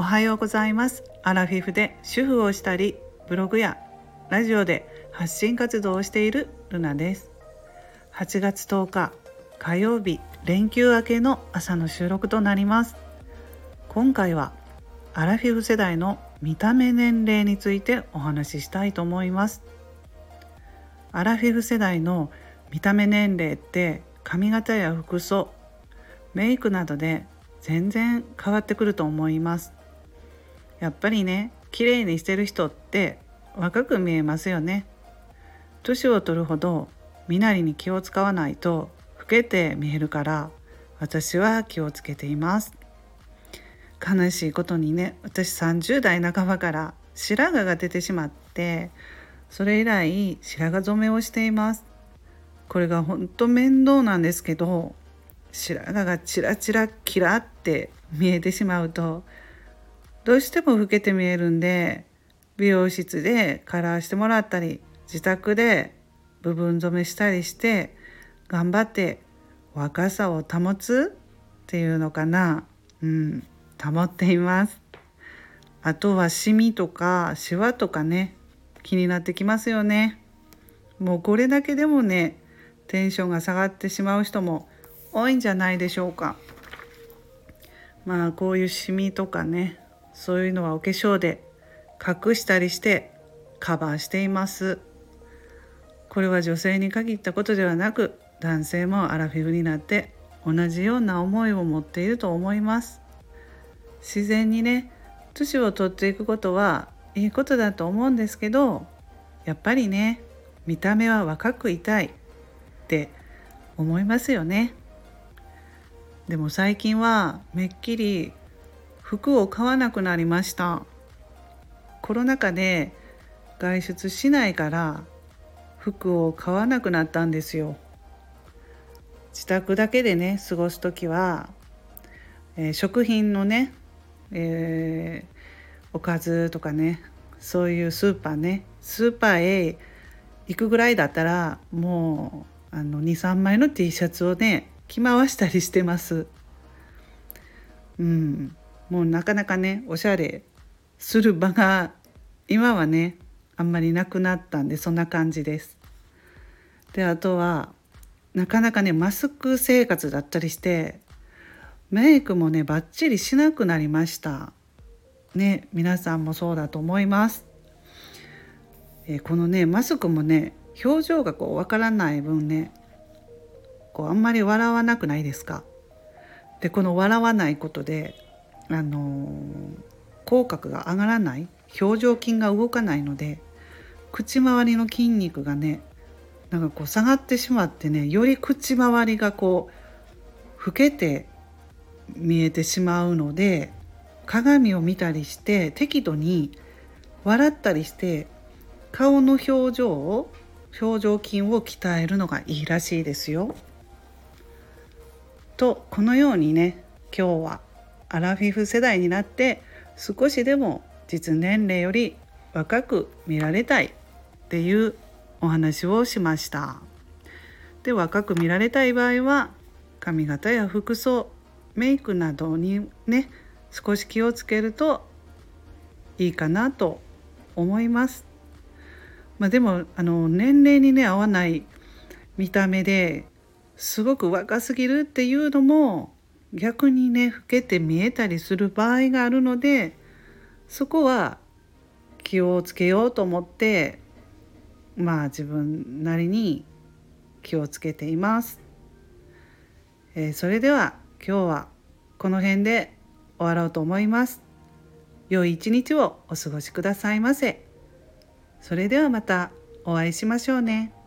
はようございます。アラフィフで主婦をしたり、ブログやラジオで発信活動をしているルナです。8月10日火曜日、連休明けの朝の収録となります。今回はアラフィフ世代の見た目年齢についてお話ししたいと思います。アラフィフ世代の見た目年齢って髪型や服装、メイクなどで全然変わってくると思います。やっぱりね、綺麗にしてる人って若く見えますよね。年を取るほど身なりに気を使わないと老けて見えるから、私は気をつけています。悲しいことにね、私30代半ばから白髪が出てしまって、それ以来白髪染めをしています。これが本当面倒なんですけど、白髪がチラチラキラって見えてしまうとどうしても老けて見えるんで、美容室でカラーしてもらったり、自宅で部分染めしたりして頑張って若さを保つっていうのかな、保っています。あとはシミとかシワとかね、気になってきますよね。もうこれだけでもね、テンションが下がってしまう人も多いんじゃないでしょうか。こういうシミとかね、そういうのはお化粧で隠したりしてカバーしています。これは女性に限ったことではなく、男性もアラフィフになって同じような思いを持っていると思います。自然にね、年を取っていくことはいいことだと思うんですけど、やっぱりね、見た目は若くいたいって思いますよね。でも最近はめっきり服を買わなくなりました。コロナ禍で外出しないから服を買わなくなったんですよ。自宅だけでね過ごすときは、食品のね、おかずとかね、そういうスーパーへ行くぐらいだったら、もう2、3枚の T シャツをね着回したりしてます。もうなかなかねおしゃれする場が今はねあんまりなくなったんで、そんな感じです。で、あとはなかなかねマスク生活だったりして、メイクもねバッチリしなくなりましたね。皆さんもそうだと思います。このねマスクもね、表情がわからない分ね、あんまり笑わなくないですか。で、この笑わないことで口角が上がらない、表情筋が動かないので、口周りの筋肉がね下がってしまってね、より口周りが老けて見えてしまうので、鏡を見たりして適度に笑ったりして顔の表情筋を鍛えるのがいいらしいですよ。と、このようにね、今日はアラフィフ世代になって少しでも実年齢より若く見られたいっていうお話をしました。で、若く見られたい場合は髪型や服装、メイクなどにね少し気をつけるといいかなと思います。でも年齢にね合わない見た目ですごく若すぎるっていうのも逆にね老けて見えたりする場合があるので、そこは気をつけようと思って自分なりに気をつけています。それでは今日はこの辺で終わろうと思います。良い一日をお過ごしくださいませ。それではまたお会いしましょうね。